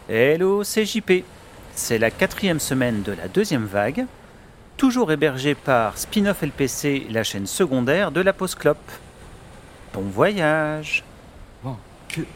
Hello, c'est JP. C'est la 4e semaine de la 2e vague, toujours hébergée par Spin-off LPC, la chaîne secondaire de la Pause Clope. Bon voyage. One, two.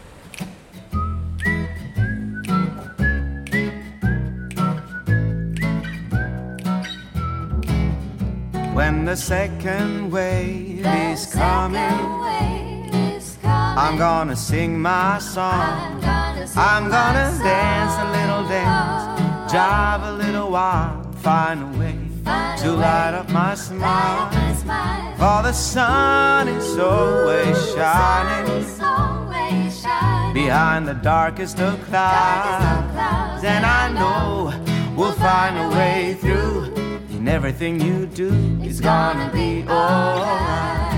When the second wave is coming, I'm gonna sing my song. I'm gonna dance a little dance, jive a little while, find a way to light up my smile. For the sun is always shining behind the darkest of clouds, and I know we'll find a way through. And everything you do is gonna be alright.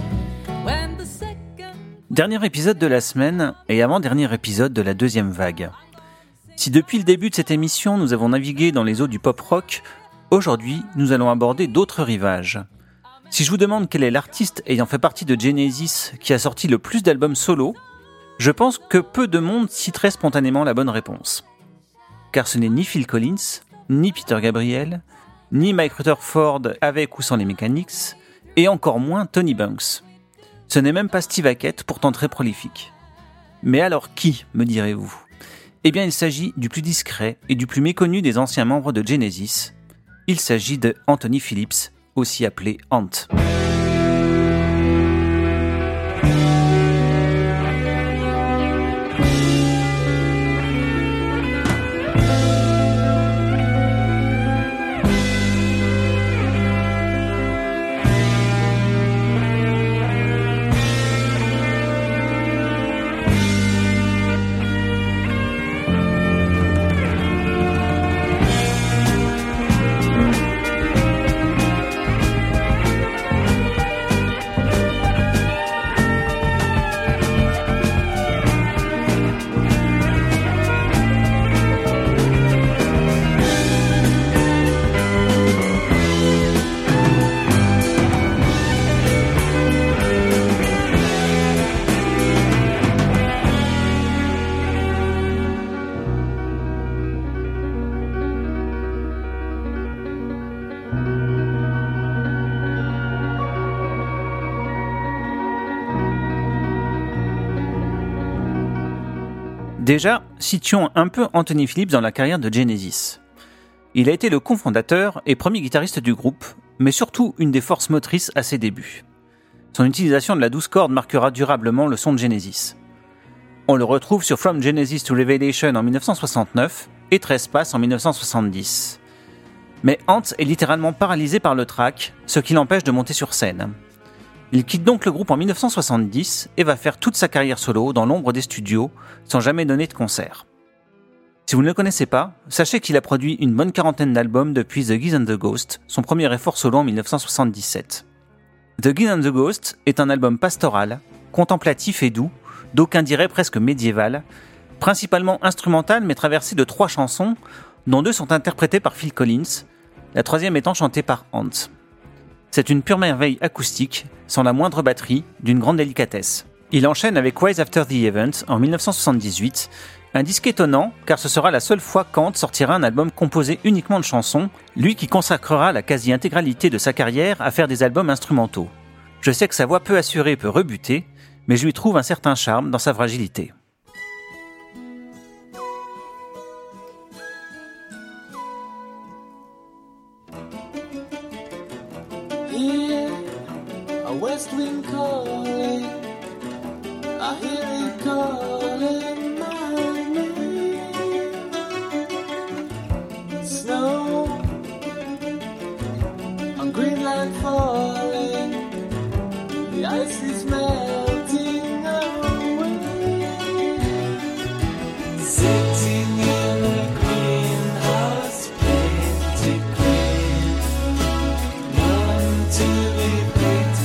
Dernier épisode de la semaine et avant-dernier épisode de la 2e vague. Si depuis le début de cette émission nous avons navigué dans les eaux du pop-rock, aujourd'hui nous allons aborder d'autres rivages. Si je vous demande quel est l'artiste ayant fait partie de Genesis qui a sorti le plus d'albums solo, je pense que peu de monde citerait spontanément la bonne réponse. Car ce n'est ni Phil Collins, ni Peter Gabriel, ni Mike Rutherford avec ou sans les Mechanics, et encore moins Tony Banks. Ce n'est même pas Steve Hackett, pourtant très prolifique. Mais alors qui, me direz-vous ? Eh bien, il s'agit du plus discret et du plus méconnu des anciens membres de Genesis. Il s'agit de Anthony Phillips, aussi appelé Ant. Déjà, situons un peu Anthony Phillips dans la carrière de Genesis. Il a été le cofondateur et premier guitariste du groupe, mais surtout une des forces motrices à ses débuts. Son utilisation de la 12 cordes marquera durablement le son de Genesis. On le retrouve sur From Genesis to Revelation en 1969 et Trespass en 1970. Mais Ant est littéralement paralysé par le trac, ce qui l'empêche de monter sur scène. Il quitte donc le groupe en 1970 et va faire toute sa carrière solo dans l'ombre des studios, sans jamais donner de concert. Si vous ne le connaissez pas, sachez qu'il a produit une bonne quarantaine d'albums depuis The Geese and the Ghost, son premier effort solo en 1977. The Geese and the Ghost est un album pastoral, contemplatif et doux, d'aucuns diraient presque médiéval, principalement instrumental mais traversé de 3 chansons, dont 2 sont interprétées par Phil Collins, la 3e étant chantée par Ant. C'est une pure merveille acoustique, sans la moindre batterie, d'une grande délicatesse. Il enchaîne avec Rise After the Event en 1978, un disque étonnant car ce sera la seule fois qu'Ant sortira un album composé uniquement de chansons, lui qui consacrera la quasi-intégralité de sa carrière à faire des albums instrumentaux. Je sais que sa voix peu assurée peut rebuter, mais je lui trouve un certain charme dans sa fragilité. West wind calling, I hear it calling my name. Snow on Greenland falling, the ice is melting away. Sitting in a greenhouse painted green, none to be picked.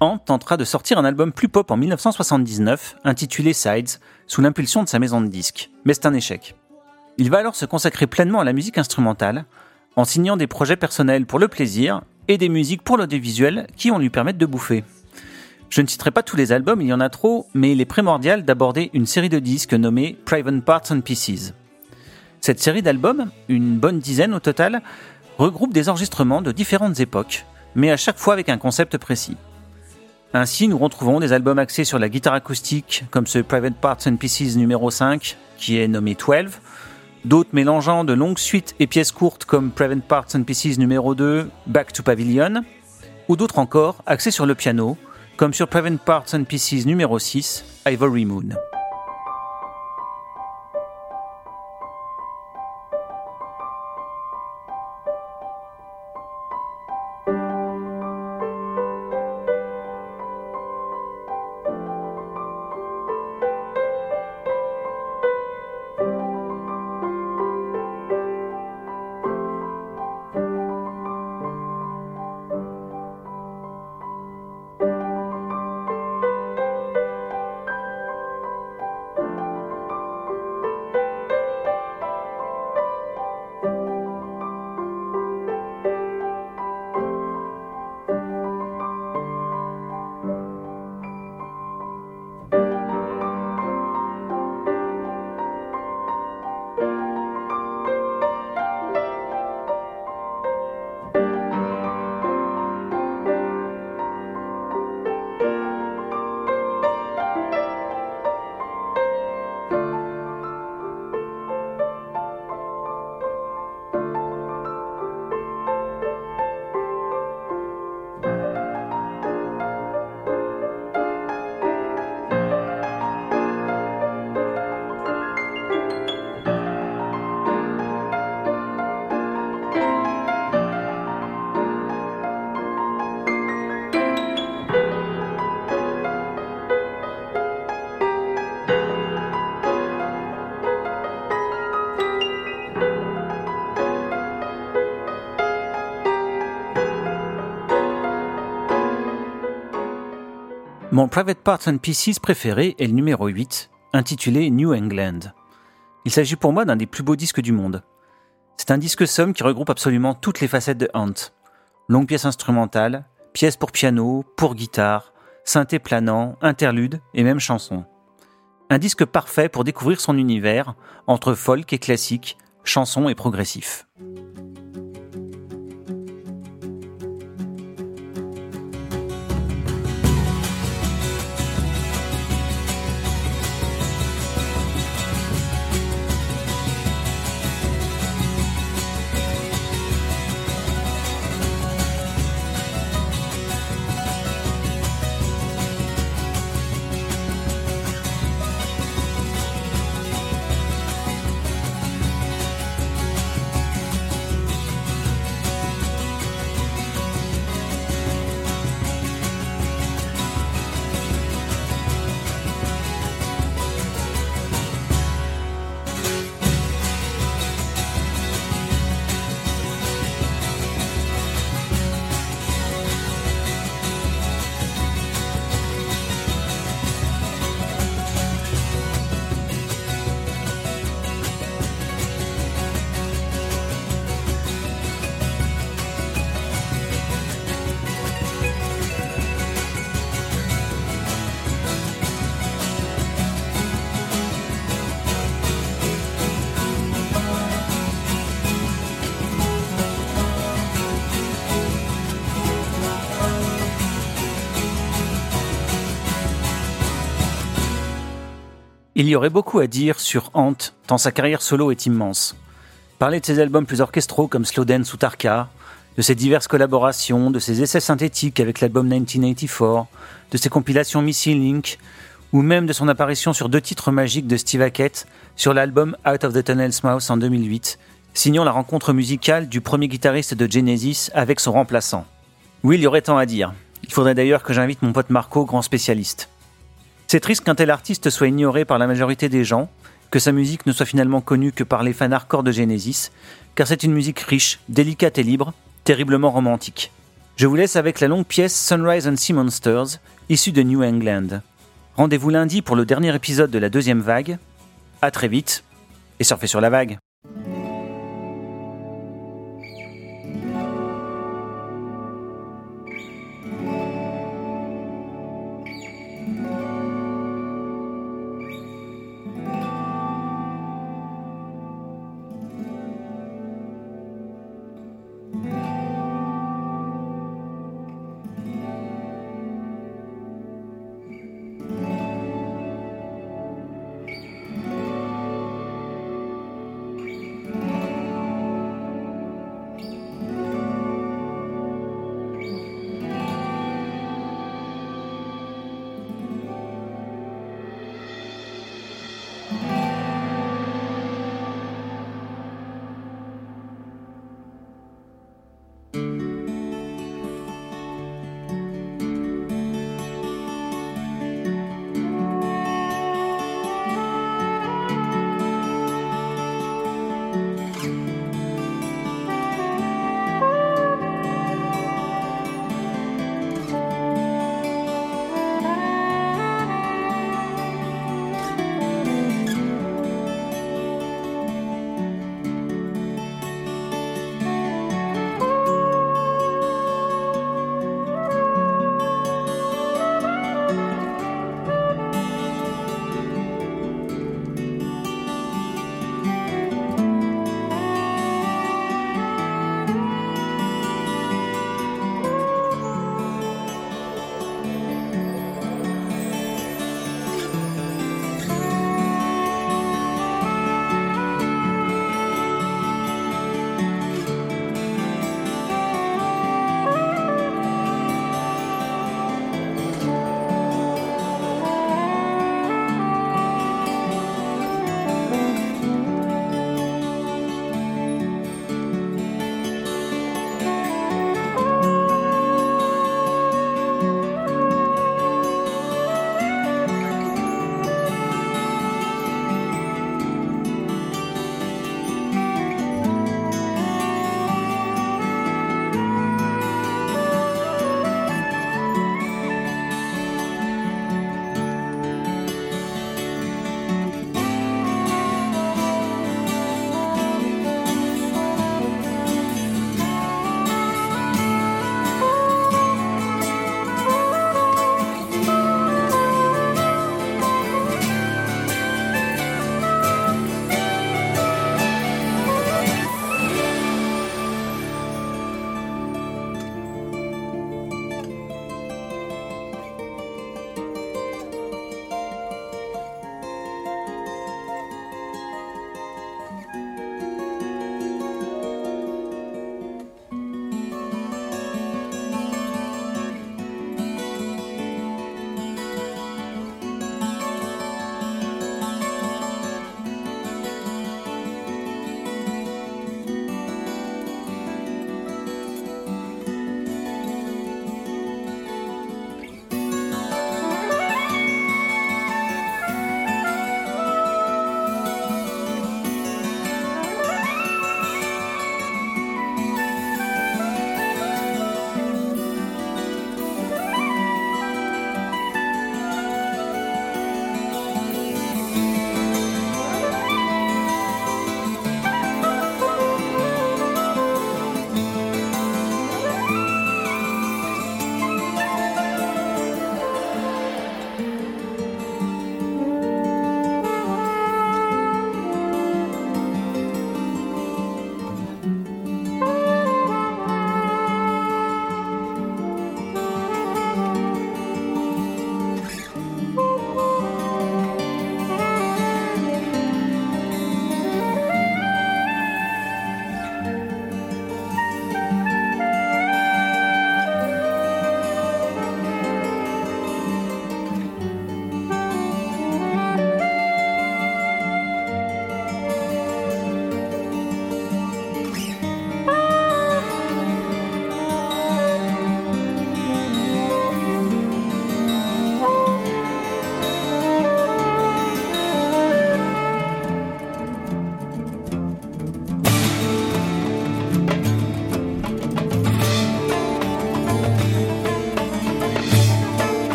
Ant tentera de sortir un album plus pop en 1979, intitulé Sides, sous l'impulsion de sa maison de disques, mais c'est un échec. Il va alors se consacrer pleinement à la musique instrumentale, en signant des projets personnels pour le plaisir et des musiques pour l'audiovisuel qui vont lui permettre de bouffer. Je ne citerai pas tous les albums, il y en a trop, mais il est primordial d'aborder une série de disques nommée Private Parts and Pieces. Cette série d'albums, une bonne dizaine au total, regroupe des enregistrements de différentes époques, mais à chaque fois avec un concept précis. Ainsi, nous retrouvons des albums axés sur la guitare acoustique, comme ce Private Parts and Pieces numéro 5, qui est nommé 12, d'autres mélangeant de longues suites et pièces courtes comme Private Parts and Pieces numéro 2, Back to Pavilion, ou d'autres encore axés sur le piano, comme sur Private Parts and Pieces numéro 6, Ivory Moon. Mon Private Parts and Pieces préféré est le numéro 8, intitulé New England. Il s'agit pour moi d'un des plus beaux disques du monde. C'est un disque somme qui regroupe absolument toutes les facettes de Ant. Longues pièces instrumentales, pièces pour piano, pour guitare, synthé planant, interludes et même chansons. Un disque parfait pour découvrir son univers, entre folk et classique, chansons et progressif. Il y aurait beaucoup à dire sur Ant, tant sa carrière solo est immense. Parler de ses albums plus orchestraux comme Slow Dance ou Tarka, de ses diverses collaborations, de ses essais synthétiques avec l'album 1984, de ses compilations Missing Link, ou même de son apparition sur 2 titres magiques de Steve Hackett sur l'album Out of the Tunnel's Mouth en 2008, signant la rencontre musicale du premier guitariste de Genesis avec son remplaçant. Oui, il y aurait tant à dire. Il faudrait d'ailleurs que j'invite mon pote Marco, grand spécialiste. C'est triste qu'un tel artiste soit ignoré par la majorité des gens, que sa musique ne soit finalement connue que par les fans hardcore de Genesis, car c'est une musique riche, délicate et libre, terriblement romantique. Je vous laisse avec la longue pièce Sunrise and Sea Monsters, issue de New England. Rendez-vous lundi pour le dernier épisode de la deuxième vague. À très vite, et surfez sur la vague.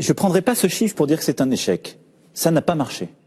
je prendrai pas ce chiffre pour dire que c'est un échec. Ça n'a pas marché.